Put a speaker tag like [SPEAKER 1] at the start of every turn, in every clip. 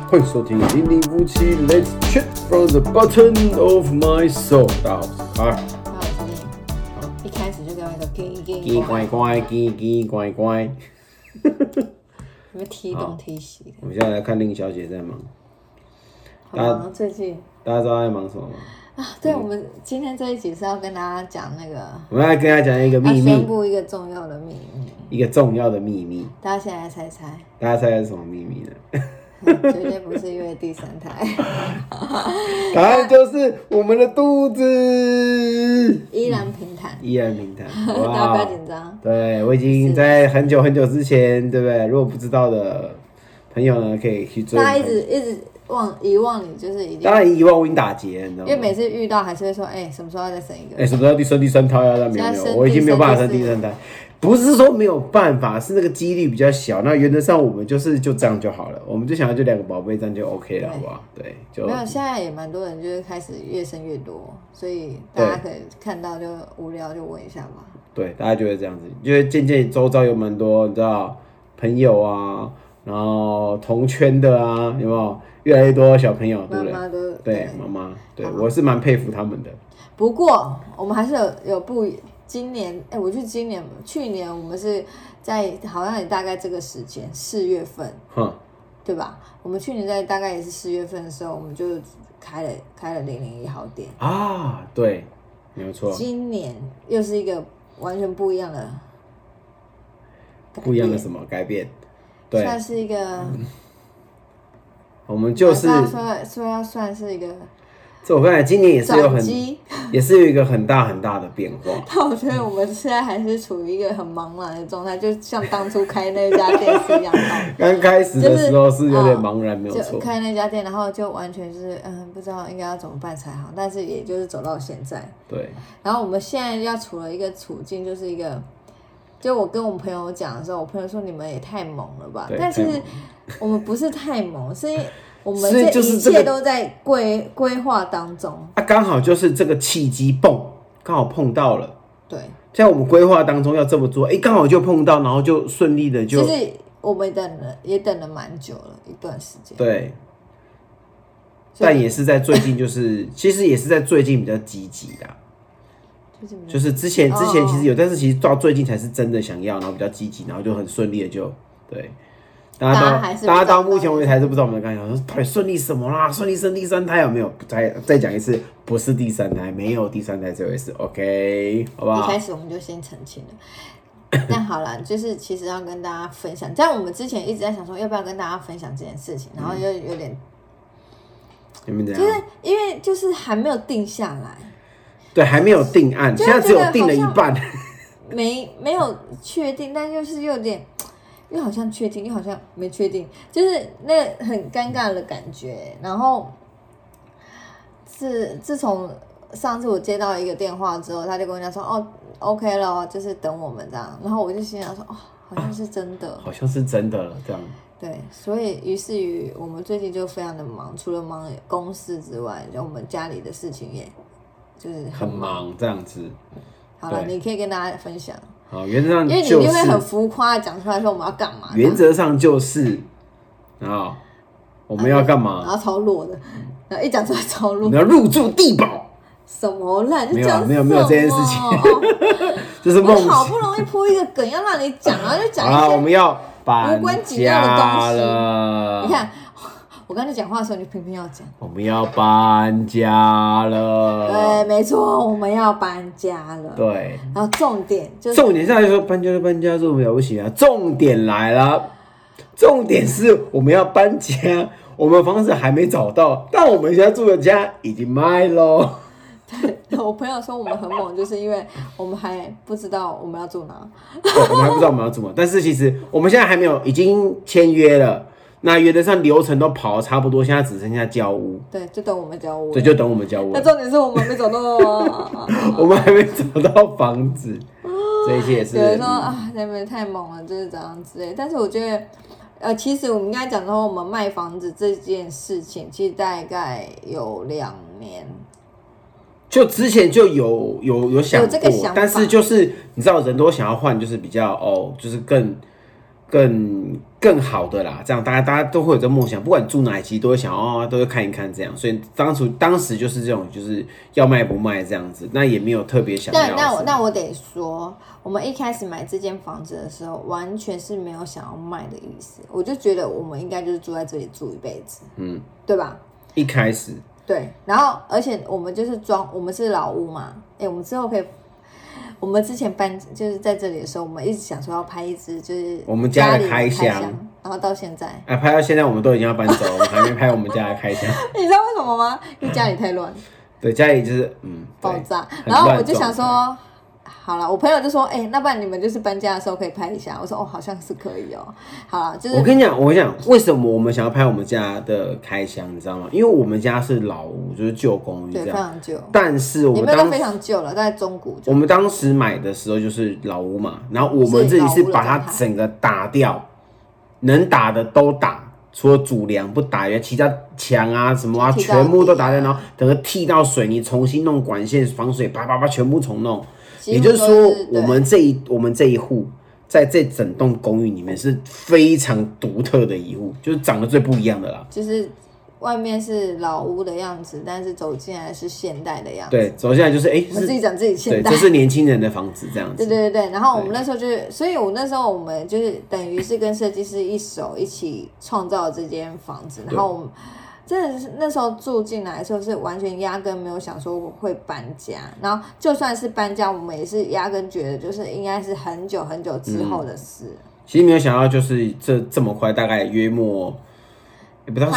[SPEAKER 1] 欢迎收听零零夫妻 Let's chat from the bottom of my soul。大家好，我是卡尔。
[SPEAKER 2] 一开始就跟那个
[SPEAKER 1] 叽乖乖，叽乖乖。
[SPEAKER 2] 有没有踢东踢西的？
[SPEAKER 1] 我们现在来看令小姐在忙。
[SPEAKER 2] 好忙，最近
[SPEAKER 1] 大家知道在忙什么吗？
[SPEAKER 2] 啊，对，我们今天这一集是要跟大家讲那个，
[SPEAKER 1] 我们来跟大家讲一个秘密，
[SPEAKER 2] 宣布一个重要的秘密，
[SPEAKER 1] 一个重要的秘密。
[SPEAKER 2] 大家现在来猜猜，
[SPEAKER 1] 大家猜猜是什么秘密呢？
[SPEAKER 2] 绝对不是因为第三胎，
[SPEAKER 1] 答案就是我们的肚子
[SPEAKER 2] 依然平坦，
[SPEAKER 1] 依然平坦。
[SPEAKER 2] 大家不要紧张。
[SPEAKER 1] 对，我已经在很久很久之前，对不对？如果不知道的朋友呢，可以去追。
[SPEAKER 2] 大家一直遗忘你，就是已经。
[SPEAKER 1] 当然遗忘我已经打结，你知道吗？
[SPEAKER 2] 因为每次遇到还是会说，什么时候要再生一个？
[SPEAKER 1] 什么时候生第三胎啊？但没有，我已经没有办法生第三胎。不是说没有办法，是那个几率比较小。那原则上我们就这样就好了，我们就想要就2个宝贝，这样就 OK 了，好不好？对，就
[SPEAKER 2] 没有。现在也蛮多人就是开始越生越多，所以大家可以看到就无聊就问一下吧。对，
[SPEAKER 1] 大家就会这样子，就会渐渐周遭有蛮多你知道朋友啊，然后同圈的啊，有没有越来越多小朋友，对不对？
[SPEAKER 2] 妈妈都
[SPEAKER 1] 对妈妈，对我是蛮佩服他们的。
[SPEAKER 2] 不过我们还是有今年，去年我们是在好像也大概这个时间4月份，对吧？我们去年在大概也是4月份的时候，我们就开了001号店
[SPEAKER 1] 啊，对，没有错。
[SPEAKER 2] 今年又是一个完全不一样的
[SPEAKER 1] 什么改变？对，
[SPEAKER 2] 算是一个，
[SPEAKER 1] 我们就是
[SPEAKER 2] 说要算是一个。
[SPEAKER 1] 这我刚才今年也是有一个很大很大的变化。
[SPEAKER 2] 但我觉得我们现在还是处于一个很茫然的状态，就像当初开那家店是一样的。
[SPEAKER 1] 刚开始的时候是有点茫然，没有错。
[SPEAKER 2] 就开那家店，然后就完全是不知道应该要怎么办才好，但是也就是走到现在。
[SPEAKER 1] 对。
[SPEAKER 2] 然后我们现在要处了一个处境，就是一个，就我跟我朋友讲的时候，我朋友说你们也太猛了吧？但其实我们不是太猛，是我们这一切都在规划当中。
[SPEAKER 1] 刚好就是这个契机刚好碰到了。
[SPEAKER 2] 对，
[SPEAKER 1] 在我们规划当中要这么做，刚好就碰到，然后就顺利的就。
[SPEAKER 2] 其实我们也等了蛮久了一段时间。
[SPEAKER 1] 对。但也是在最近，其实也是在最近比较积极的。就是之前其实有，但是其实到最近才是真的想要，然后比较积极，然后就很顺利的就对。大家到目前为止还是不知道我们刚才说到底顺利什么啦？顺利生第三胎有没有？再讲一次，不是第三胎，没有第三胎这回事 ，OK， 好不好？
[SPEAKER 2] 一开始我们就先澄清了。但好了，就是其实要跟大家分享，在我们之前一直在想说要不要跟大家分享这件事情，然后又有点，就是因为就是还没有定下来，
[SPEAKER 1] 对，还没有定案，现在只有定了一半，
[SPEAKER 2] 没有确定，但就是有点。又好像确定，又好像没确定，就是那很尴尬的感觉。然后自从上次我接到一个电话之后，他就跟我讲说，OK 了，就是等我们这样。然后我就心想说，好像是真的，
[SPEAKER 1] 好像是真的了这样。
[SPEAKER 2] 对，所以于是我们最近就非常的忙，除了忙公司之外，就我们家里的事情也就是
[SPEAKER 1] 很忙这样子。
[SPEAKER 2] 好了，你可以跟大家分享。
[SPEAKER 1] 好，原则上
[SPEAKER 2] 因为你一定会很浮夸讲出来说我们要干嘛。
[SPEAKER 1] 原则上就是我们要干嘛？
[SPEAKER 2] 然后超弱的，然后一讲出来超弱。
[SPEAKER 1] 你要入住地堡？
[SPEAKER 2] 什么啦？
[SPEAKER 1] 没有这件事情，这是梦想。
[SPEAKER 2] 我好不容易铺一个梗要让你讲，然后就讲一些
[SPEAKER 1] 我们要
[SPEAKER 2] 无关紧要的东
[SPEAKER 1] 西。
[SPEAKER 2] 你看。我刚才讲话的时候，你偏偏要讲。
[SPEAKER 1] 我们要搬家了。
[SPEAKER 2] 对，没错，我们要搬家了。
[SPEAKER 1] 对。
[SPEAKER 2] 然后重点
[SPEAKER 1] 上来说搬家就搬家，这么了不起啊！重点来了，重点是我们要搬家，我们房子还没找到，但我们现在住的家已经卖了。
[SPEAKER 2] 对，我朋友说我们很猛，就是因为我们还不知道我们要住哪。
[SPEAKER 1] 对，我们还不知道我们要住哪，但是其实我们现在还没有，已经签约了。那原则上流程都跑了差不多，现在只剩下交屋。
[SPEAKER 2] 对，就等我们交屋。
[SPEAKER 1] 对，就等我们交屋。
[SPEAKER 2] 那重点是我们没找到
[SPEAKER 1] 我们还没找到房子，这一切也是。
[SPEAKER 2] 有人说那边太猛了，就是这样之类。但是我觉得，其实我们刚才讲说，我们卖房子这件事情，其实大概有2年。
[SPEAKER 1] 就之前就有想过，
[SPEAKER 2] 有这个想法，
[SPEAKER 1] 但是就是你知道，人都想要换，就是比较就是更。 更好的啦，这样大家都会有这个梦想，不管住哪里，其实都会想都会看一看这样，所以当时就是这种，就是要卖不卖这样子，那也没有特别想要。
[SPEAKER 2] 那我得说，我们一开始买这间房子的时候，完全是没有想要卖的意思，我就觉得我们应该就是住在这里住一辈子，对吧？
[SPEAKER 1] 一开始
[SPEAKER 2] 对，然后而且我们就是我们是老屋嘛，我们之后可以。我们之前就是在这里的时候，我们一直想说要拍一支就是
[SPEAKER 1] 我们家的开箱，
[SPEAKER 2] 然后到现在，
[SPEAKER 1] 拍到现在我们都已经要搬走了，我们还没拍我们家的开箱。
[SPEAKER 2] 你知道为什么吗？因为家里太乱。
[SPEAKER 1] 对，家里就是
[SPEAKER 2] 爆炸。然后我就想说，好了，我朋友就说，那不然你们就是搬家的时候可以拍一下。我说好像是可以哦。好了，就是
[SPEAKER 1] 我跟你讲，为什么我们想要拍我们家的开箱，你知道吗？因为我们家是老屋，就是旧公寓，
[SPEAKER 2] 对，非常旧。
[SPEAKER 1] 但是我们
[SPEAKER 2] 也没有非常旧了，在中古。
[SPEAKER 1] 我们当时买的时候就是老屋嘛，然后我们这里是把它整个打掉，能打的都打。除了主梁不打，其他墙啊什么全部都打掉，然后整个剃到水泥，重新弄管线、防水，啪全部重弄。也就是说，我们这一户，在这整栋公寓里面是非常独特的一户，就是长得最不一样的啦。
[SPEAKER 2] 就是外面是老屋的样子，但是走进来是现代的样子。
[SPEAKER 1] 对，走进来就是
[SPEAKER 2] 我们自己讲自己现代，
[SPEAKER 1] 这是年轻人的房子这样子。
[SPEAKER 2] 对。然后我们那时候所以我那时候我们就是等于是跟设计师一起创造这间房子，然后我们真的是那时候住进来的时候是完全压根没有想说我会搬家，然后就算是搬家，我们也是压根觉得就是应该是很久很久之后的事。
[SPEAKER 1] 其实没有想到就是这么快，大概约莫也不到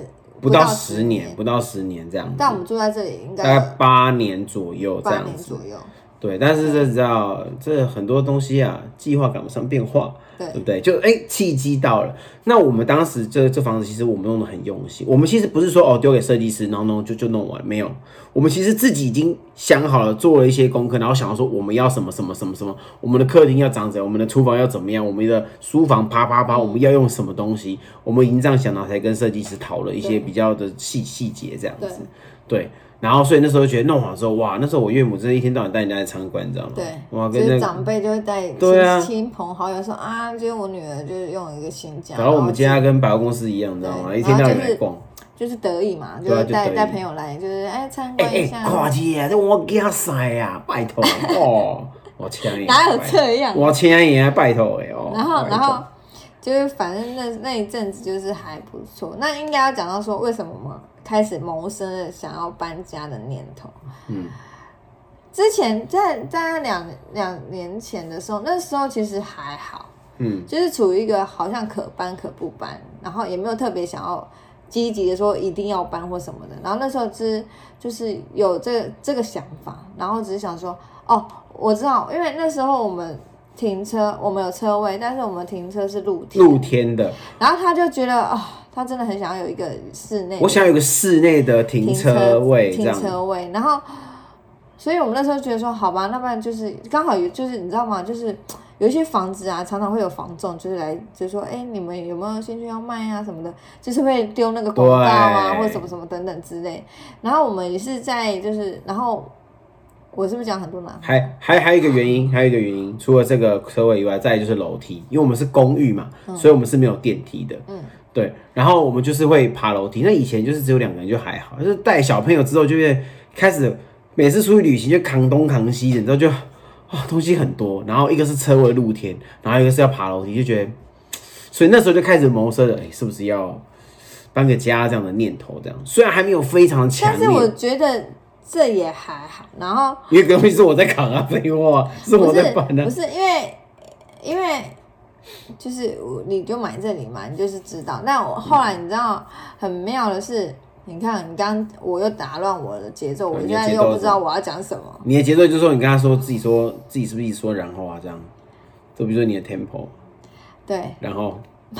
[SPEAKER 1] 10年这样子。
[SPEAKER 2] 但我们住在这里应该
[SPEAKER 1] 大概8年左右这样子。对，但是这知道这很多东西啊，计划赶不上变化，对不对？就契机到了。那我们当时这房子其实我们弄得很用心，我们其实不是说丢给设计师，然后弄就弄完，没有。我们其实自己已经想好了，做了一些功课，然后想要说我们要什么，我们的客厅要长怎样，我们的厨房要怎么样，我们的书房啪，我们要用什么东西，我们已经这样想，然后才跟设计师讨论一些比较的细节这样子，对。然后，所以那时候觉得弄好之后，哇！那时候我岳母真的一天到晚带人家来参观，你知道吗？
[SPEAKER 2] 对，
[SPEAKER 1] 哇，
[SPEAKER 2] 跟长辈就会带亲朋好友说今天我女儿就是用一个新家，
[SPEAKER 1] 然后我们家跟百货公司一样，你知道吗？一天到晚来逛，
[SPEAKER 2] 就是得意嘛，就是带朋友来，就是参观一下。
[SPEAKER 1] 看姐，这我给他晒啊，拜托哦，我请你。
[SPEAKER 2] 哪有这样？
[SPEAKER 1] 我请你啊，拜托的哦。
[SPEAKER 2] 然后就是反正那一阵子就是还不错。那应该要讲到说为什么嘛？开始萌生了想要搬家的念头。之前在两年前的时候，那时候其实还好，就是处于一个好像可搬可不搬，然后也没有特别想要积极的说一定要搬或什么的。然后那时候就是有这个想法，然后只是想说，我知道，因为那时候我们停车，我们有车位，但是我们停车是露
[SPEAKER 1] 天的，
[SPEAKER 2] 然后他就觉得他真的很想要有一个室内，
[SPEAKER 1] 我想有一个室内的停车位，
[SPEAKER 2] 然后，所以我们那时候觉得说，好吧，那不然就是刚好就是你知道吗？就是有一些房子啊，常常会有房仲就是来就说，你们有没有兴趣要卖啊什么的，就是会丢那个广告啊，或者什么什么等等之类。然后我们也是在然后我是不是讲很多呢？
[SPEAKER 1] 还有一个原因，除了这个车位以外，再来就是楼梯，因为我们是公寓嘛，所以我们是没有电梯的。对，然后我们就是会爬楼梯。那以前就是只有2个人就还好，就是带小朋友之后就会开始每次出去旅行就扛东扛西的，你知道就东西很多。然后一个是车位露天，然后一个是要爬楼梯，就觉得，所以那时候就开始萌生了，是不是要搬个家这样的念头？这样虽然还没有非常强烈，
[SPEAKER 2] 但是我觉得这也还好。然后
[SPEAKER 1] 因为东西是我在扛啊，废话是我在搬啊，
[SPEAKER 2] 不是因为。就是你就买这里嘛，你就是知道。但我后来你知道很妙的是，你看你刚我又打乱我的节奏，我现在又不知道我要讲什么。
[SPEAKER 1] 你的节奏就是说你跟他说自己是不是一直说然后啊这样，这不就是你的 tempo？
[SPEAKER 2] 对，
[SPEAKER 1] 然后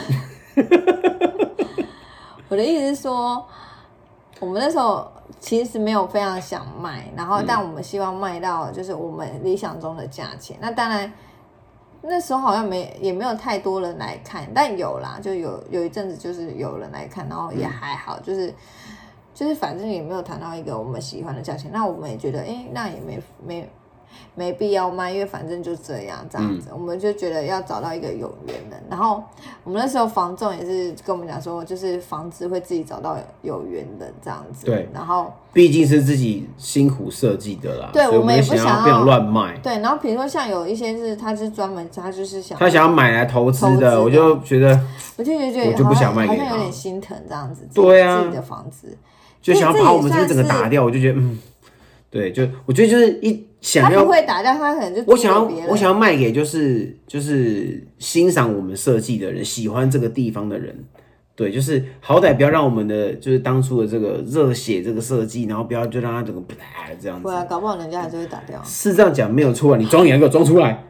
[SPEAKER 2] 我的意思是说，我们那时候其实没有非常想卖，然后但我们希望卖到就是我们理想中的价钱。那当然。那时候好像也没有太多人来看，但有啦，就有一阵子就是有人来看，然后也还好，就是反正也没有谈到一个我们喜欢的价钱，那我们也觉得那也没必要卖，因为反正就这样子，我们就觉得要找到一个有缘人。然后我们那时候房仲也是跟我们讲说，就是房子会自己找到有缘人这样子。
[SPEAKER 1] 对，
[SPEAKER 2] 然后
[SPEAKER 1] 毕竟是自己辛苦设计的啦，
[SPEAKER 2] 对，我们也不
[SPEAKER 1] 想要乱卖。
[SPEAKER 2] 对，然后比如说像有一些是他是专门他就是想
[SPEAKER 1] 要买来投资的，我就觉得我
[SPEAKER 2] 就
[SPEAKER 1] 不想卖给他，
[SPEAKER 2] 好像有点心疼这样子。
[SPEAKER 1] 对啊，
[SPEAKER 2] 自己的房子
[SPEAKER 1] 就想要把我们这边整个打掉，我就觉得对，就我觉得就是想要
[SPEAKER 2] 他不会打掉，他可能就
[SPEAKER 1] 我想要卖给就是欣赏我们设计的人，喜欢这个地方的人。对，就是好歹不要让我们的就是当初的这个热血这个设计，然后不要就让它整个这样子。
[SPEAKER 2] 对啊，搞不好人家还是会打掉。
[SPEAKER 1] 是这样讲没有错啊，你装也要给我装出来。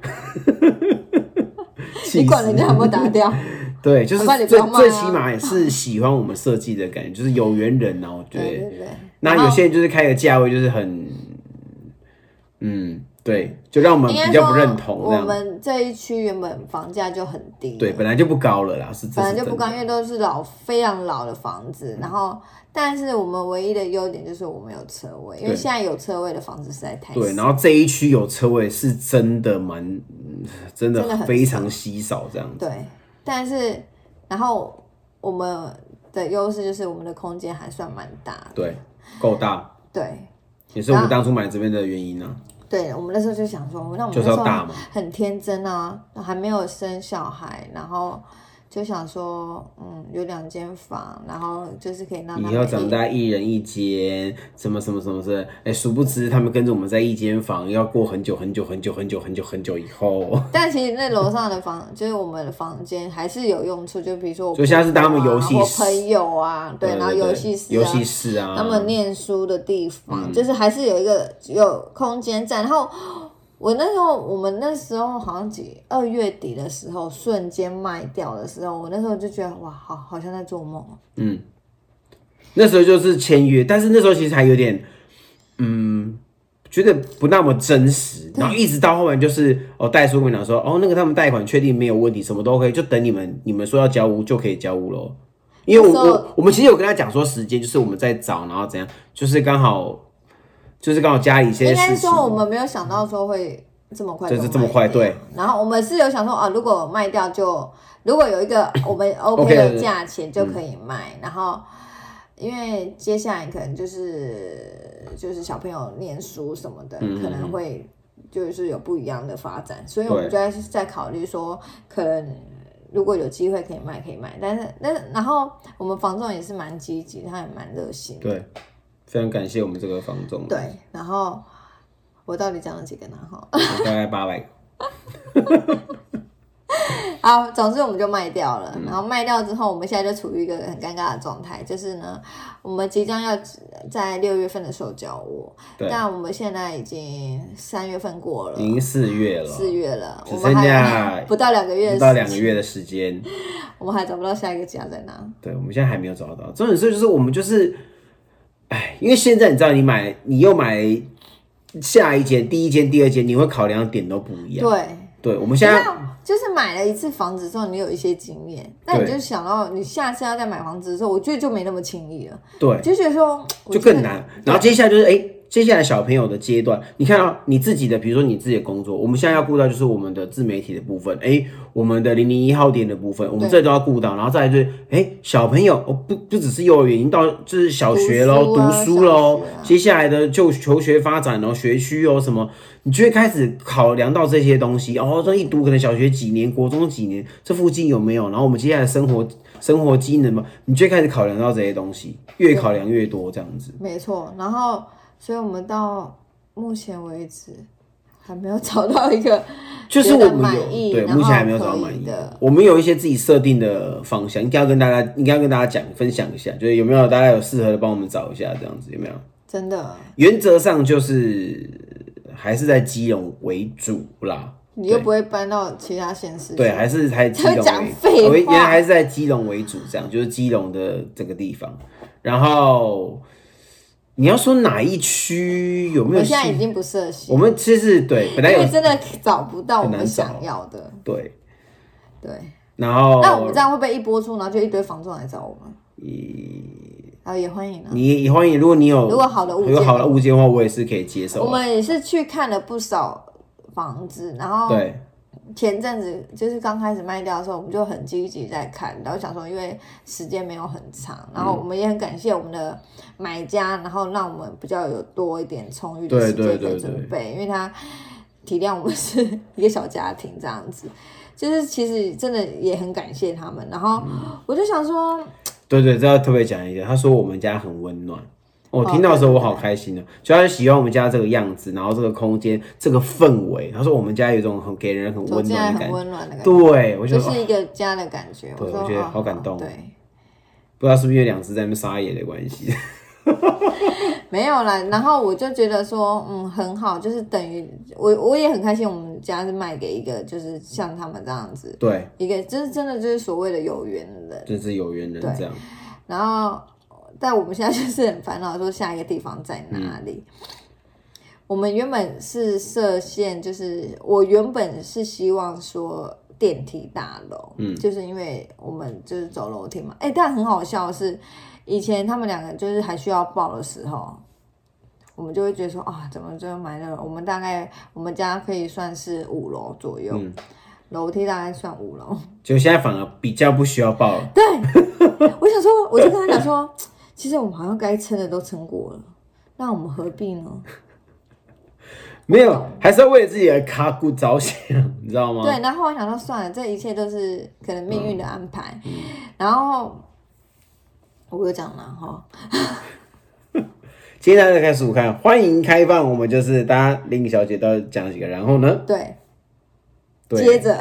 [SPEAKER 2] 你管人家有没有打掉？
[SPEAKER 1] 对，就是最起码也是喜欢我们设计的感觉，就是有缘人啊，我觉得。对。那有些人就是开个价位就是很，对，就让我们比较不认同。
[SPEAKER 2] 我们这一区原本房价就很低，
[SPEAKER 1] 对，本来就不高了啦，
[SPEAKER 2] 本来就不高，因为都是非常老的房子。然后，但是我们唯一的优点就是我们有车位，因为现在有车位的房子实在太少。
[SPEAKER 1] 对，然后这一区有车位是真的真的非常稀少这样子。
[SPEAKER 2] 对，但是然后我们的优势就是我们的空间还算蛮大的，
[SPEAKER 1] 对，够大。
[SPEAKER 2] 对，
[SPEAKER 1] 也是我们当初买这边的原因啊。
[SPEAKER 2] 对，我们那时候就想说，那我们那时候很天真啊，还没有生小孩，然后就想说，有2间房，然后就是可以让他们
[SPEAKER 1] 以后长大1人1间，什么的，殊不知他们跟着我们在一间房，要过很久以后。
[SPEAKER 2] 但其实那楼上的房，就是我们的房间还是有用处，就比如说我，
[SPEAKER 1] 就像是当他们游戏室，
[SPEAKER 2] 朋友啊，对，然后游戏室啊，他们念书的地方，就是还是有空间在，然后。我们那时候好像2月底的时候瞬间卖掉的时候，我那时候就觉得哇，好像在做梦。
[SPEAKER 1] 那时候就是签约，但是那时候其实还有点，觉得不那么真实。然后一直到后面就是代书跟我讲说，那个他们贷款确定没有问题，什么都可以，就等你们说要交屋就可以交屋咯。因为我们其实有跟他讲说时间，就是我们在找，然后怎样，就是刚好家里一些事情。
[SPEAKER 2] 应该说我们没有想到说会这么快，
[SPEAKER 1] 就是这么快，对。
[SPEAKER 2] 然后我们是有想说如果卖掉如果有一个我们 OK 的价钱就可以卖。然后因为接下来可能就是小朋友念书什么的，可能会就是有不一样的发展，所以我们就在考虑说，可能如果有机会可以卖，但是然后我们房仲也是蛮积极，他也蛮热心的。
[SPEAKER 1] 对，非常感谢我们这个房仲。
[SPEAKER 2] 对，然后我到底讲了几个呢？
[SPEAKER 1] 大概800个。
[SPEAKER 2] 好，总之我们就卖掉了。然后卖掉之后，我们现在就处于一个很尴尬的状态，就是呢，我们即将要在6月份的时候交屋，但我们现在已经3月份过了，
[SPEAKER 1] 已经4月了
[SPEAKER 2] ，4月了，
[SPEAKER 1] 只剩下
[SPEAKER 2] 不到2个月，
[SPEAKER 1] 的时间，
[SPEAKER 2] 我们还找不到下一个家在哪。
[SPEAKER 1] 对，我们现在还没有找到。重点是就是我们因为现在你知道你又买下一间、第一间、第二间，你会考量的点都不一样。对，我们现在
[SPEAKER 2] 就是买了一次房子之后，你有一些经验，那你就想到你下次要再买房子的时候，我觉得就没那么轻易了。
[SPEAKER 1] 对，
[SPEAKER 2] 就觉得说
[SPEAKER 1] 就更难。然后接下来就是接下来小朋友的阶段，你看到你自己的，比如说你自己的工作，我们现在要顾到就是我们的自媒体的部分，我们的001号店的部分，我们这都要顾到。然后再来就是小朋友不只是幼儿园，已经到就是小学咯，读书咯，接下来的就求学发展咯，学区什么，你就会开始考量到这些东西。这一读可能小学几年，国中几年，这附近有没有？然后我们接下来生活机能嘛，你就会开始考量到这些东西，越考量越多这样子。
[SPEAKER 2] 没错，然后所以我们到目前为止还没有找到一个
[SPEAKER 1] 就是我们
[SPEAKER 2] 满意，
[SPEAKER 1] 对，目前还没有找到满意的。我们有一些自己设定的方向，应该要跟大家分享一下，就是有没有大家有适合的帮我们找一下，这样子有没有？
[SPEAKER 2] 真的，原
[SPEAKER 1] 则上就是还是在基隆为主啦。
[SPEAKER 2] 你又不会搬到其他县市？
[SPEAKER 1] 对，还是基隆
[SPEAKER 2] 讲废话，
[SPEAKER 1] 原来还是在基隆为主，这样就是基隆的这个地方。然后你要说哪一区有没有？
[SPEAKER 2] 我现在已经不设限。
[SPEAKER 1] 我们其实对本来
[SPEAKER 2] 因为真的找不到我们想要的。
[SPEAKER 1] 对。
[SPEAKER 2] 对。
[SPEAKER 1] 然后
[SPEAKER 2] 那我们这样会不会一播出，然后就一堆房仲来找我们？ 然后也欢迎啊，
[SPEAKER 1] 你也欢迎，如果你有
[SPEAKER 2] 好的物件，
[SPEAKER 1] 有好的物件的话，我也是可以接受。
[SPEAKER 2] 我们也是去看了不少房子，然后
[SPEAKER 1] 对。
[SPEAKER 2] 前阵子就是刚开始卖掉的时候，我们就很积极在看，然后想说，因为时间没有很长，然后我们也很感谢我们的买家，然后让我们比较有多一点充裕的时间可以准备，因为他体谅我们是一个小家庭这样子，就是其实真的也很感谢他们。然后我就想说，
[SPEAKER 1] 对，这要特别讲一个，他说我们家很温暖。我听到的时候我好开心的，就他喜欢我们家这个样子，然后这个空间、这个氛围。他说我们家有一种给人很温暖的感觉，对，我觉得
[SPEAKER 2] 就是一个家的感觉。
[SPEAKER 1] 对，我觉得好感动。
[SPEAKER 2] 对，
[SPEAKER 1] 不知道是不是因为两只在那边撒野的关系。
[SPEAKER 2] 没有啦，然后我就觉得说，很好，就是等于我也很开心，我们家是卖给一个就是像他们这样子，
[SPEAKER 1] 对，
[SPEAKER 2] 一个就是真的就是所谓的有缘人，
[SPEAKER 1] 就是有缘人这样。
[SPEAKER 2] 然后。但我们现在就是很烦恼，说下一个地方在哪里？我们原本是设限，就是我原本是希望说电梯大楼，就是因为我们就是走楼梯嘛。但很好笑的是，以前他们两个就是还需要报的时候，我们就会觉得说啊，怎么就买了？我们家可以算是5楼左右，楼梯大概算5楼，
[SPEAKER 1] 就现在反而比较不需要报了。
[SPEAKER 2] 对，我想说，我就跟他讲说。其实我们好像该撑的都撑过了，那我们何必呢？
[SPEAKER 1] 没有，还是要为了自己的卡骨着想，你知道吗？
[SPEAKER 2] 对，然后我想说算了，这一切都是可能命运的安排。然后我又讲了哈，
[SPEAKER 1] 接下来开始我看，欢迎开放，我们就是大家林小姐都讲几个，然后呢？
[SPEAKER 2] 对，接着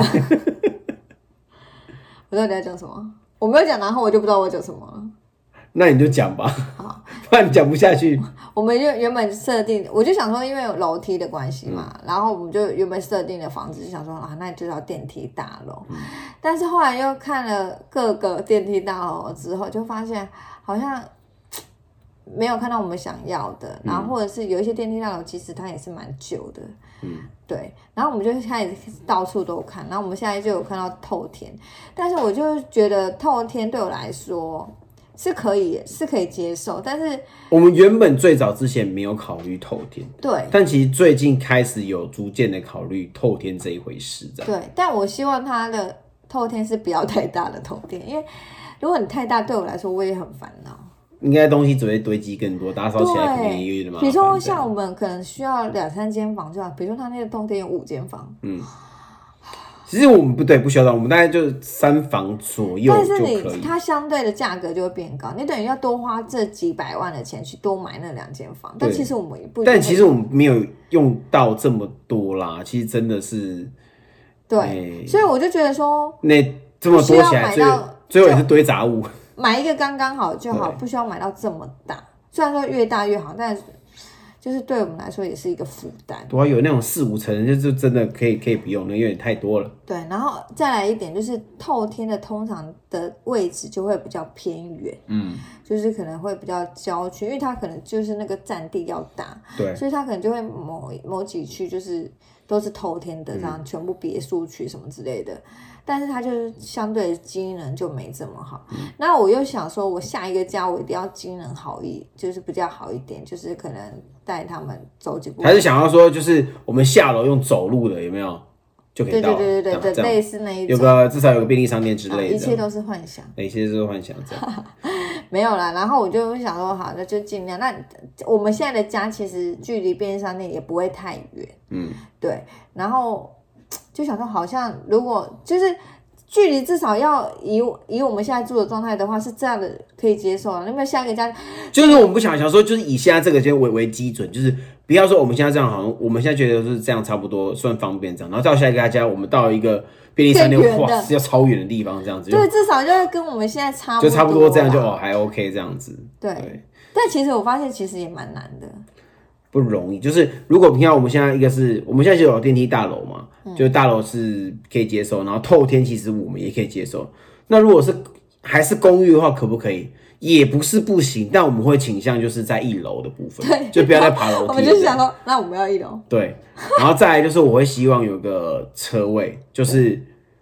[SPEAKER 2] 我到底要讲什么？我没有讲，然后我就不知道我讲什么了。
[SPEAKER 1] 那你就讲吧，不然你讲不下去。
[SPEAKER 2] 我们就原本设定，我就想说，因为有楼梯的关系嘛，然后我们就原本设定的房子就想说啊，那就要电梯大楼。但是后来又看了各个电梯大楼之后，就发现好像没有看到我们想要的，然后或者是有一些电梯大楼，其实它也是蛮旧的。对，然后我们就开始到处都看，然后我们现在就有看到透天，但是我就觉得透天对我来说。是可以接受，但是
[SPEAKER 1] 我们原本最早之前没有考虑透天，
[SPEAKER 2] 对，
[SPEAKER 1] 但其实最近开始有逐渐的考虑透天这一回事，这样。
[SPEAKER 2] 对，但我希望它的透天是不要太大的透天，因为如果你太大，对我来说我也很烦恼。
[SPEAKER 1] 应该东西只会堆积更多，打扫起来肯定也有点麻烦。
[SPEAKER 2] 比如说像我们可能需要2-3间房就好，比如说它那个透天有5间房，
[SPEAKER 1] 其实我们不需要到，我们大概就3房左右就可以。
[SPEAKER 2] 但是它相对的价格就会变高，你等于要多花这几百万的钱去多买那2间房。但其实我们不，
[SPEAKER 1] 但其实我们没有用到这么多啦。其实真的是，
[SPEAKER 2] 对，所以我就觉得说，
[SPEAKER 1] 那这么多起来，最后也是堆杂物。
[SPEAKER 2] 买一个刚刚好就好，不需要买到这么大。虽然说越大越好，但就是对我们来说也是一个负担。
[SPEAKER 1] 对啊，有那种4-5层，就真的可以不用，那有点太多了。
[SPEAKER 2] 对，然后再来一点就是透天的通常的位置就会比较偏远，就是可能会比较郊区，因为它可能就是那个占地要大，
[SPEAKER 1] 对，
[SPEAKER 2] 所以它可能就会某几区就是都是透天的，这样全部别墅区什么之类的。但是它就是相对机能就没这么好。那我又想说，我下一个家我一定要机能好就是比较好一点，就是可能带他们走几步。
[SPEAKER 1] 还是想要说，就是我们下楼用走路的，有没有就可以到？
[SPEAKER 2] 对，类似那一种。
[SPEAKER 1] 有个至少有个便利商店之类的。
[SPEAKER 2] 一切都是幻想。
[SPEAKER 1] 一切都是幻想，这样。
[SPEAKER 2] 没有啦，然后我就想说，好，那就尽量。那我们现在的家其实距离便利商店也不会太远，对，然后。就想说，好像如果就是距离至少要以我们现在住的状态的话，是这样的可以接受啊。那么下一个家，
[SPEAKER 1] 就是我们不想说，就是以现在这个就为基准，就是不要说我们现在这样，好像我们现在觉得是这样差不多算方便这样，然后到下一个家，我们到一个便利商店，哇，是要超远的地方这样子，
[SPEAKER 2] 对，至少就是跟我们现在差不多，
[SPEAKER 1] 就差不多这样就还 OK 这样子，
[SPEAKER 2] 对。但其实我发现其实也蛮难的。
[SPEAKER 1] 不容易，就是如果平常我们现在我们现在就有电梯大楼嘛，就是大楼是可以接受，然后透天其实我们也可以接受。那如果是还是公寓的话，可不可以？也不是不行，但我们会倾向就是在1楼的部分，就不要再爬楼梯。
[SPEAKER 2] 我们就是想说，那我们要1楼。
[SPEAKER 1] 对，然后再来就是我会希望有个车位，就是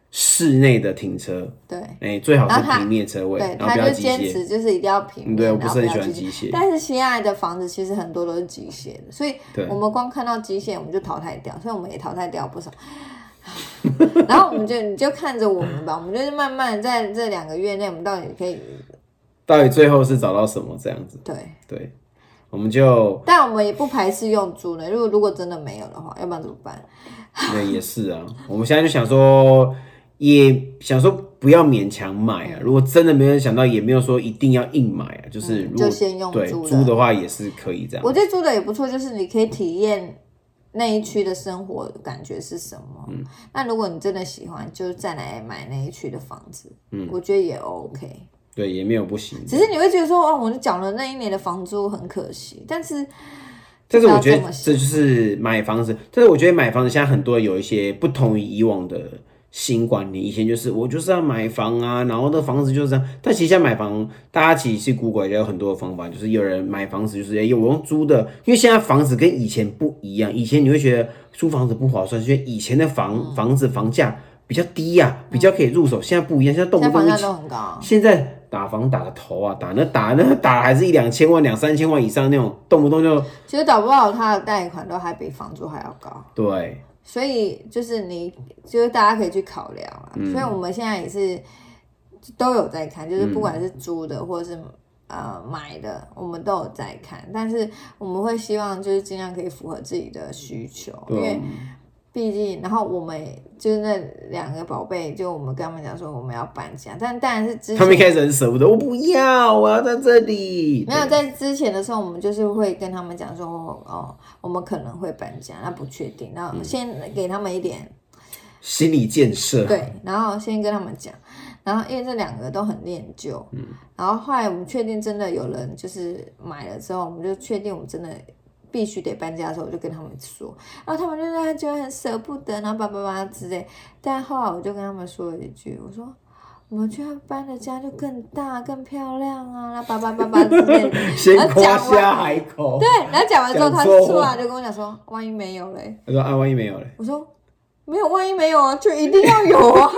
[SPEAKER 1] 室内的停车，
[SPEAKER 2] 对，
[SPEAKER 1] 最好是平面车位，
[SPEAKER 2] 对，
[SPEAKER 1] 然后不要机械。
[SPEAKER 2] 他就坚持就是一定要平面，
[SPEAKER 1] 对，我不是很喜欢机械。
[SPEAKER 2] 但是西岸的房子其实很多都是机械的，所以我们光看到机械我们就淘汰掉，所以我们也淘汰掉不少。然后你就看着我们吧，我们就是慢慢在这2个月内，我们到底可以，
[SPEAKER 1] 到底最后是找到什么这样子？对，我们就，
[SPEAKER 2] 但我们也不排斥用租的，如果真的没有的话，要不然怎么办？
[SPEAKER 1] 对，也是啊，我们现在就想说。也想说不要勉强买啊，如果真的没人想到，也没有说一定要硬买啊，就是如果
[SPEAKER 2] 就先用
[SPEAKER 1] 租的话也是可以这样。
[SPEAKER 2] 我觉得租的也不错，就是你可以体验那一区的生活感觉是什么。那如果你真的喜欢，就再来买那一区的房子，我觉得也 OK。
[SPEAKER 1] 对，也没有不行。
[SPEAKER 2] 只是你会觉得说，我缴了那1年的房租很可惜，但是
[SPEAKER 1] 我觉得这就是买房子，但是我觉得买房子现在很多有一些不同于以往的新观念，以前就是我就是要买房啊，然后那房子就是这样。但其实现在买房，大家其实是 Google 也有很多的方法，就是有人买房子就是我用租的，因为现在房子跟以前不一样。以前你会觉得租房子不划算，是因为以前的房子房价比较低啊，比较可以入手。现在不一样，现在动不动
[SPEAKER 2] 房价都很高。
[SPEAKER 1] 现在打房打个头啊，打还是1-2千万、2-3千万以上那种，动不动就
[SPEAKER 2] 其实搞不好他的贷款都还比房租还要高。
[SPEAKER 1] 对。
[SPEAKER 2] 所以就是大家可以去考量啦。所以我们现在也是都有在看，就是不管是租的或者是买的，我们都有在看。但是我们会希望就是尽量可以符合自己的需求，因为毕竟，然后我们就是那2个宝贝，就我们跟他们讲说我们要搬家，但当然是之前
[SPEAKER 1] 他们一开始很舍不得，我不要，我要在这里。
[SPEAKER 2] 没有在之前的时候，我们就是会跟他们讲说，我们可能会搬家，那不确定，然后先给他们一点
[SPEAKER 1] 心理建设，
[SPEAKER 2] 对，然后先跟他们讲，然后因为这2个都很念旧，然后后来我们确定真的有人就是买了之后，我们就确定我们真的必须得搬家的时候，我就跟他们说，然后他们就觉得很舍不得，然后叭之类。但后来我就跟他们说了一句，我说我们去搬的家就更大、更漂亮啊，然后叭之类的。
[SPEAKER 1] 先夸下海口。
[SPEAKER 2] 对，然后讲完之后，他出来就跟我讲说，万一没有嘞？
[SPEAKER 1] 他说万一没有嘞？
[SPEAKER 2] 我说没有，万一没有啊，就一定要有啊。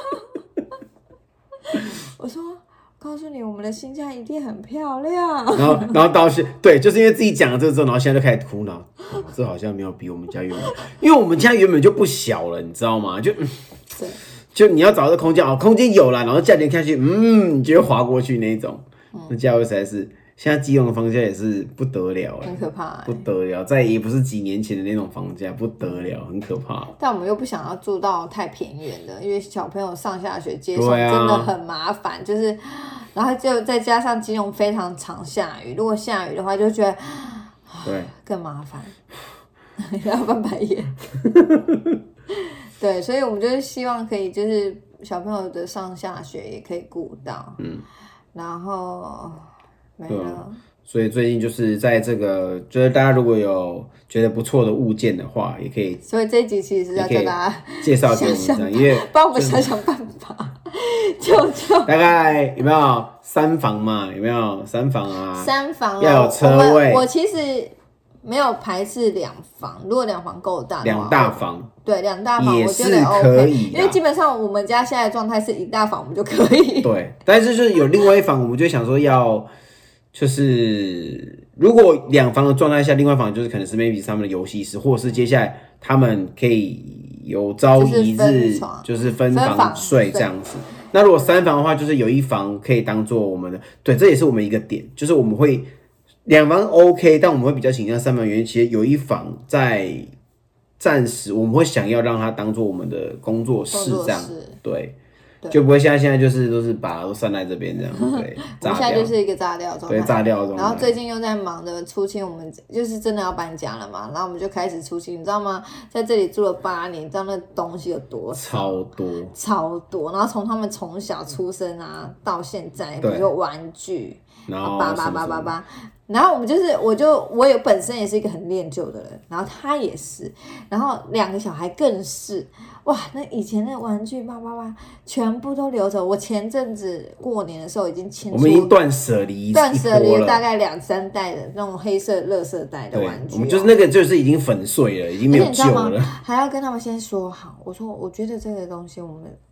[SPEAKER 2] 我说。告诉你，我们的新家一定很漂亮。
[SPEAKER 1] 然后到对，就是因为自己讲了这个之后，然后现在就开始苦恼，这好像没有比我们家原本，因为我们家原本就不小了，你知道吗？就你要找这空间空间有了，然后价钱看去，你就会滑过去那种，那价位实在是。现在基隆的房价也是不得了，
[SPEAKER 2] 很可怕，
[SPEAKER 1] 不得了，再也不是几年前的那种房价，不得了，很可怕。
[SPEAKER 2] 但我们又不想要住到太偏远的，因为小朋友上下学接送真的很麻烦，就是然后就再加上基隆非常常下雨，如果下雨的话就觉得对更麻烦，要翻白眼。对，所以我们就是希望可以就是小朋友的上下学也可以顾到，然后。没了，
[SPEAKER 1] 所以最近就是在这个，就是大家如果有觉得不错的物件的话，也可以。
[SPEAKER 2] 所以这一集其实是要叫大家
[SPEAKER 1] 介绍给我们这样，因为
[SPEAKER 2] 帮我们想想办法，就
[SPEAKER 1] 大概有没有3房嘛？有没有3房啊
[SPEAKER 2] ？3房
[SPEAKER 1] 要有车位。
[SPEAKER 2] 我其实没有排斥2房，如果2房够大的话
[SPEAKER 1] ，2大房。
[SPEAKER 2] 对，2大房我觉得
[SPEAKER 1] OK，
[SPEAKER 2] 因为基本上我们家现在的状态是1大房我们就可以。
[SPEAKER 1] 对，但是就是有另外1房，我们就想说要。就是如果2房的状态下，另外1房就是可能是 maybe 他们的游戏室，或者是接下来他们可以有朝一日就是分房睡这样子。那如果3房的话，就是有1房可以当做我们的，对，这也是我们一个点，就是我们会2房 OK， 但我们会比较倾向3房，原因其实有1房在暂时我们会想要让它当做我们的工作室这样，对。就不会现在就是都是把都散在这边这样，对，
[SPEAKER 2] 我们现在就是一个炸掉状态，
[SPEAKER 1] 对，炸掉状态。
[SPEAKER 2] 然后最近又在忙着出清，我们就是真的要搬家了嘛，然后我们就开始出清，你知道吗？在这里住了8年，你知道那东西有多少？超多。然后从他们从小出生啊到现在，比如说玩具，然后叭，然后我也本身也是一个很恋旧的人，然后他也是，然后2个小孩更是。哇，那以前的玩具叭全部都留着。我前阵子过年的时候已经清出，
[SPEAKER 1] 我们已经断舍离
[SPEAKER 2] 大概2-3袋的那种黑色垃圾袋的玩具，
[SPEAKER 1] 我们就是那个就是已经粉碎了，已经没有救了。
[SPEAKER 2] 还要跟他们先说好，我说我觉得这个东西我们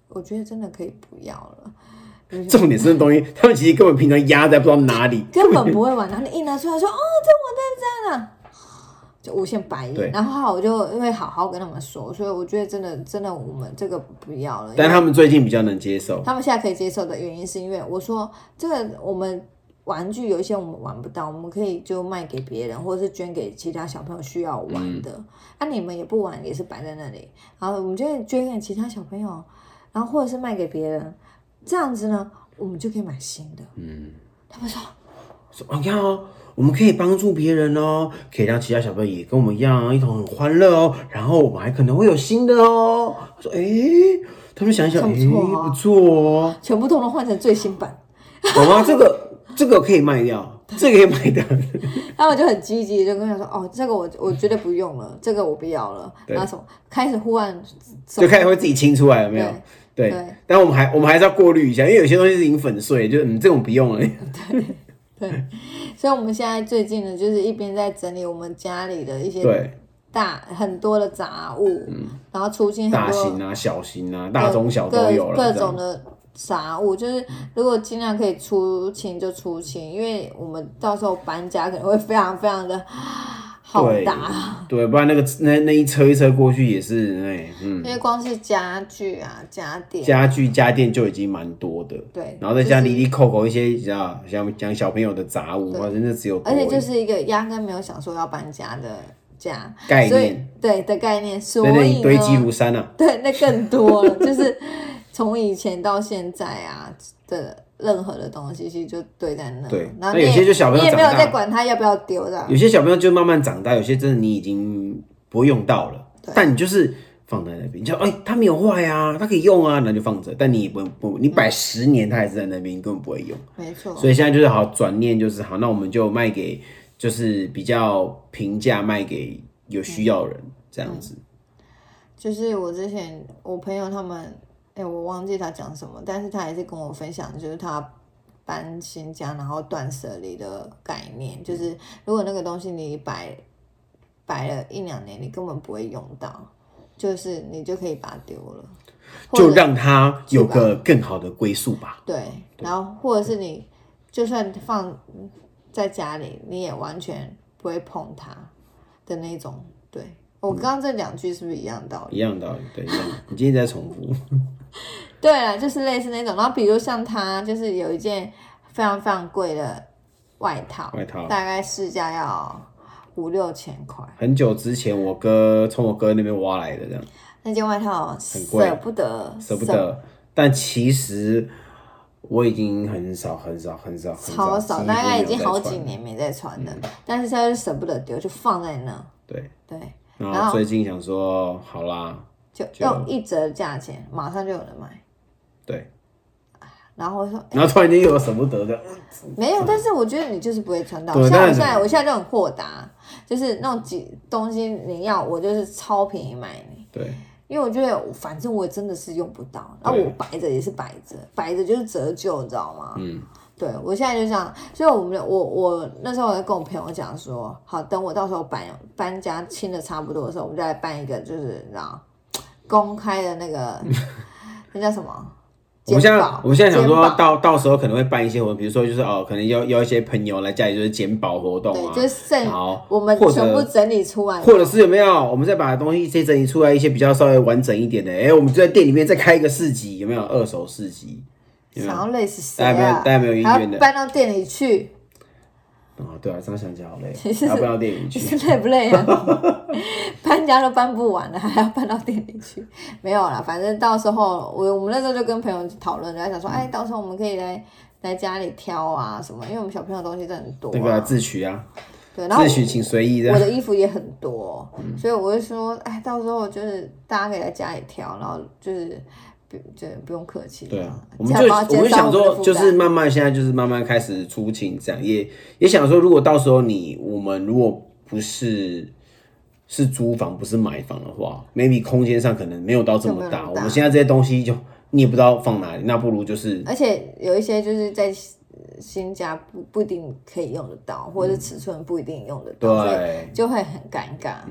[SPEAKER 2] 我觉得真的可以不要了。
[SPEAKER 1] 重点是那东西，他们其实根本平常压在不知道哪里，
[SPEAKER 2] 根本不会玩。然后你一拿出来说，哦，这我在这啊，就无限白眼。然后我就会好好跟他们说，所以我觉得真的我们这个不要了。
[SPEAKER 1] 但他们最近比较能接受，
[SPEAKER 2] 他们现在可以接受的原因是因为我说这个我们玩具有一些我们玩不到，我们可以就卖给别人，或者是捐给其他小朋友需要玩的。你们也不玩，也是摆在那里，然后我们就捐给其他小朋友，然后或者是卖给别人。这样子呢，我们就可以买新的。他们说，
[SPEAKER 1] 你看哦，我们可以帮助别人哦，可以让其他小朋友也跟我们一样，一同很欢乐哦。然后我们还可能会有新的哦。我说，他们想一想，不错哦，
[SPEAKER 2] 全部都能换成最新版。
[SPEAKER 1] 好吗？这个可以卖掉，这个可以卖掉。
[SPEAKER 2] 他们就很积极，就跟我说，哦，这个我绝对不用了，这个我不要了。然后什么开始忽然
[SPEAKER 1] 就开始会自己清出来，有没有？对，但我们还是要过滤一下，因为有些东西是已经粉碎，就这种不用了。
[SPEAKER 2] 对，所以我们现在最近呢，就是一边在整理我们家里的一些很多的杂物，然后出现很多
[SPEAKER 1] 大型啊、小型啊、大中小都有了，
[SPEAKER 2] 各种的杂物，就是如果尽量可以出清就出清，因为我们到时候搬家可能会非常非常的好大，
[SPEAKER 1] 对，不然那一车一车过去也是
[SPEAKER 2] 因为光是家具啊、家
[SPEAKER 1] 电就已经蛮多的，
[SPEAKER 2] 对，
[SPEAKER 1] 然后再加里里扣扣一些像讲小朋友的杂物，哇，真的只有多，
[SPEAKER 2] 而且就是一个压根没有想说要搬家的家
[SPEAKER 1] 概念，
[SPEAKER 2] 对的概念，所以呢
[SPEAKER 1] 堆积如山啊，
[SPEAKER 2] 对，那更多了，就是从以前到现在啊的。任何的东西其实就堆在那，
[SPEAKER 1] 对，
[SPEAKER 2] 然后
[SPEAKER 1] 有些就小朋友
[SPEAKER 2] 你也没有在管他要不要丢的。
[SPEAKER 1] 有些小朋友就慢慢长大，有些真的你已经不会用到了，但你就是放在那边，你就它没有坏啊，它可以用啊，那就放着。但你你摆10年，它还是在那边，你根本不会用。
[SPEAKER 2] 没错。
[SPEAKER 1] 所以现在就是好转念，就是好，那我们就卖给就是比较平价卖给有需要的人这样子。
[SPEAKER 2] 就是我之前我朋友他们。我忘记他讲什么，但是他也是跟我分享，就是他搬新家然后断舍离的概念，就是如果那个东西你摆了1-2年，你根本不会用到，就是你就可以把它丢了，
[SPEAKER 1] 就让它有个更好的归宿吧。
[SPEAKER 2] 对，然后或者是你就算放在家里，你也完全不会碰它的那种。对，我刚刚这2句是不是一样道理？
[SPEAKER 1] 一样道理，对，一样。你今天在重复。
[SPEAKER 2] 对啦，就是类似那种，然后比如像他就是有一件非常非常贵的外套，大概市价要5-6千块。
[SPEAKER 1] 很久之前我哥从我哥那边挖来的，这样。
[SPEAKER 2] 那件外套
[SPEAKER 1] 很贵，
[SPEAKER 2] 舍不得。
[SPEAKER 1] 但其实我已经很少，
[SPEAKER 2] 超少，大概已经好几年没再穿了。但是现在就舍不得丢，就放在那。
[SPEAKER 1] 对。
[SPEAKER 2] 然
[SPEAKER 1] 后最近想说，好啦，
[SPEAKER 2] 就用1折的价钱，马上就有人买。
[SPEAKER 1] 对，
[SPEAKER 2] 然后我说，
[SPEAKER 1] 然后突然间又有舍不得的，
[SPEAKER 2] 没有，但是我觉得你就是不会穿到。像我现在就很豁达，就是那种东西你要，我就是超便宜买你。
[SPEAKER 1] 对，
[SPEAKER 2] 因为我觉得反正我真的是用不到，然后我摆着也是摆着就是折旧，你知道吗？对，我现在就这样，所以我那时候我在跟我朋友讲说，好，等我到时候搬家清的差不多的时候，我们就来办一个就是公开的那个那叫什么？
[SPEAKER 1] 我们现在想说到时候可能会办一些活动，比如说就是可能邀一些朋友来家里就是捡宝活动啊，
[SPEAKER 2] 就是我们全部整理出来，
[SPEAKER 1] 或者是有没有我们再把东西整理出来一些比较稍微完整一点的，我们就在店里面再开一个市集，有没有2手市集？
[SPEAKER 2] 想要累死谁啊？
[SPEAKER 1] 大家没有意愿的，
[SPEAKER 2] 还要搬到店里去。
[SPEAKER 1] 对啊，这样想起来好累，还要搬到店里去，
[SPEAKER 2] 累不累啊？搬家都搬不完了，还要搬到店里去？没有啦，反正到时候我们那时候就跟朋友讨论，然后想说，到时候我们可以来家里挑啊什么，因为我们小朋友东西真的很多，
[SPEAKER 1] 对吧？自取啊，
[SPEAKER 2] 对，然后
[SPEAKER 1] 自取请随意。
[SPEAKER 2] 我的衣服也很多，所以我就说，到时候就是大家可以来家里挑，然后就是不用客气。
[SPEAKER 1] 对啊，我们就想说，就是现在就是慢慢开始出清，这样也想说，如果到时候我们如果不是租房不是买房的话 ，maybe 空间上可能没有到这么大。我们现在这些东西你也不知道放哪里，那不如就是，
[SPEAKER 2] 而且有一些就是在新家不一定可以用得到，或者是尺寸不一定用得到，所以就会很尴尬。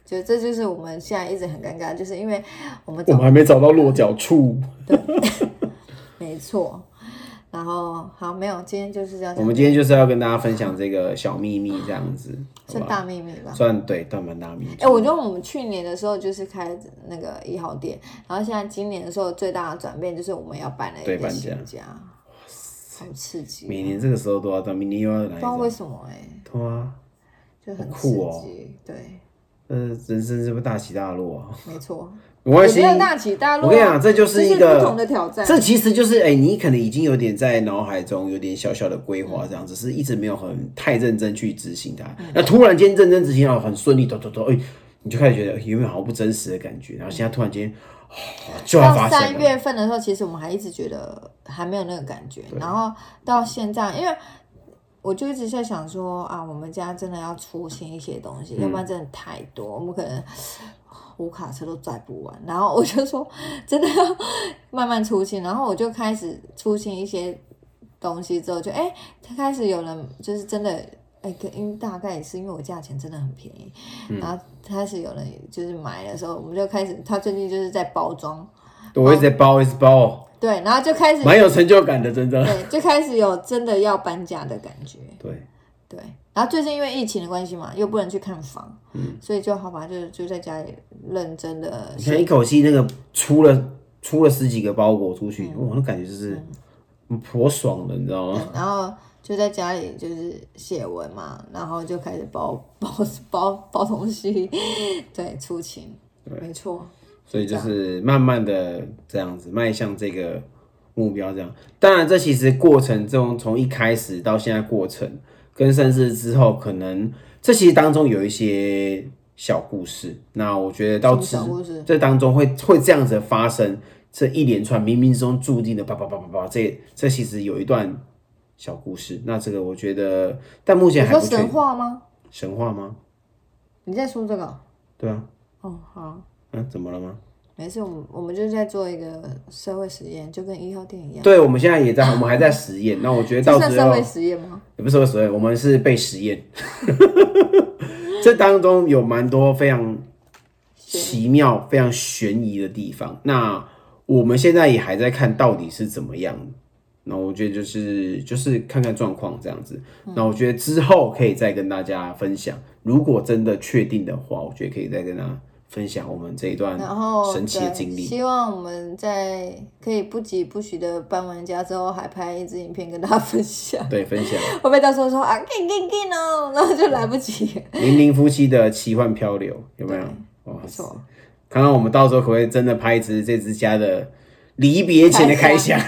[SPEAKER 2] 就这就是我们现在一直很尴尬，就是因为我们
[SPEAKER 1] 还没找到落脚处。
[SPEAKER 2] 对，没错。然后好，没有，今天就是这样。
[SPEAKER 1] 我们今天就是要跟大家分享这个小秘密，这样子
[SPEAKER 2] 算大秘密吧？
[SPEAKER 1] 算对，但蛮大秘密。
[SPEAKER 2] 我觉得我们去年的时候就是开那个1号店，然后现在今年的时候最大的转变就是我们要搬了一个新家，好刺激！
[SPEAKER 1] 每年这个时候都要到，明年又要来，不
[SPEAKER 2] 知道为什么
[SPEAKER 1] 对啊，
[SPEAKER 2] 就很刺激，对。
[SPEAKER 1] 人生是不是大起大落啊？
[SPEAKER 2] 没错。
[SPEAKER 1] 没关系，
[SPEAKER 2] 没有大起大落。
[SPEAKER 1] 我跟你讲，这就是一个
[SPEAKER 2] 不同的挑战。
[SPEAKER 1] 这其实就是你可能已经有点在脑海中有点小小的规划，这样只是一直没有太认真去执行它。那突然间认真执行到很顺利，你就开始觉得有没有好像不真实的感觉，然后现在突然间就要发生了。
[SPEAKER 2] 到3月份的时候，其实我们还一直觉得还没有那个感觉，然后到现在，因为我就一直在想说啊，我们家真的要出新一些东西，要不然真的太多，我们可能5卡车都载不完。然后我就说，真的要慢慢出新。然后我就开始出新一些东西之后，就开始有人就是真的因为大概也是因为我价钱真的很便宜，然后开始有人就是买的时候，我们就开始，他最近就是在包装，
[SPEAKER 1] 我一直在包，一直包。
[SPEAKER 2] 对，然后就开始
[SPEAKER 1] 蛮有成就感的，真的。
[SPEAKER 2] 对，就开始有真的要搬家的感觉。
[SPEAKER 1] 对，
[SPEAKER 2] 然后最近因为疫情的关系嘛，又不能去看房，所以就好吧，就在家里认真的。
[SPEAKER 1] 你看一口气那个出了10几个包裹出去，那感觉就是颇爽的，你知道吗？
[SPEAKER 2] 然后就在家里就是写文嘛，然后就开始包东西，对，出勤，没错。
[SPEAKER 1] 所以就是慢慢的这样子迈向这个目标，这样。当然，这其实过程中从一开始到现在过程，跟甚至之后，可能这其实当中有一些小故事。那我觉得到这当中会这样子发生，这一连串冥冥之中注定的叭，这其实有一段小故事。那这个我觉得，但目前还不确定。
[SPEAKER 2] 你说神话吗？
[SPEAKER 1] 神话吗？
[SPEAKER 2] 你在说这个？
[SPEAKER 1] 对啊。
[SPEAKER 2] 哦，好。
[SPEAKER 1] 怎么了吗？
[SPEAKER 2] 没事，我们就是在做一个社会实验，就跟1号店一样。
[SPEAKER 1] 对，我们现在也在，我们还在实验。那我觉得到时候
[SPEAKER 2] 这算社会实验吗？
[SPEAKER 1] 也不是社会实验，我们是被实验。这当中有蛮多非常奇妙、非常悬疑的地方。那我们现在也还在看到底是怎么样。那我觉得就是看看状况这样子。那我觉得之后可以再跟大家分享。如果真的确定的话，我觉得可以再跟大家分享我们这一段神奇的经历。
[SPEAKER 2] 希望我们在可以不疾不徐的搬完家之后，还拍一支影片跟大家分享。
[SPEAKER 1] 对，分享。
[SPEAKER 2] 会不会到时候说啊，给哦，然后就来不及。
[SPEAKER 1] 00夫妻的奇幻漂流有没有？
[SPEAKER 2] 没错。
[SPEAKER 1] 看看我们到时候可不可以真的拍一支这支家的离别前的开箱。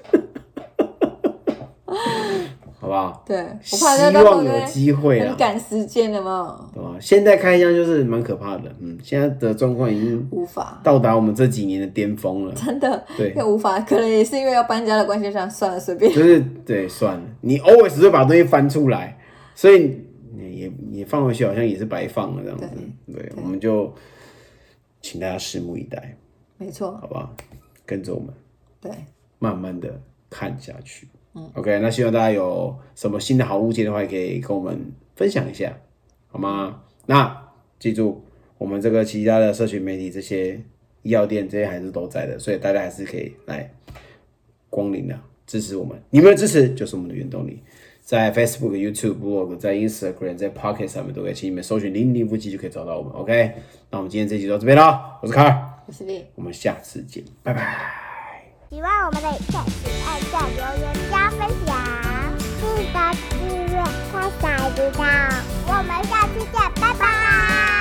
[SPEAKER 1] 好不好？
[SPEAKER 2] 对，
[SPEAKER 1] 我怕希望有机会啦。
[SPEAKER 2] 很赶时间了嘛，
[SPEAKER 1] 对吧？现在开箱就是蛮可怕的，现在的状况已经
[SPEAKER 2] 无法
[SPEAKER 1] 到达我们这几年的巅峰了，
[SPEAKER 2] 真的，
[SPEAKER 1] 对，
[SPEAKER 2] 无法，可能也是因为要搬家的关系上，算了，随便，
[SPEAKER 1] 就是对，算了，你 always 会把东西翻出来，所以你放回去好像也是白放了这样子，对，我们就请大家拭目以待，
[SPEAKER 2] 没错，
[SPEAKER 1] 好不好？跟着我们，
[SPEAKER 2] 对，
[SPEAKER 1] 慢慢的看下去。OK， 那希望大家有什么新的好物件的话，也可以跟我们分享一下，好吗？那记住，我们这个其他的社群媒体，这些医药店这些还是都在的，所以大家还是可以来光临的支持我们。你们的支持就是我们的原动力。在 Facebook、YouTube、Blog、在 Instagram、在 Pocket 上面都可以，请你们搜寻00夫妻就可以找到我们。OK， 那我们今天这集就到这边了，我是卡尔，
[SPEAKER 2] 我是丽，
[SPEAKER 1] 我们下次见，拜拜。
[SPEAKER 3] 喜欢我们的影片，请按赞、留言、加分享，记得订阅，开小铃铛。我们下期见，拜拜。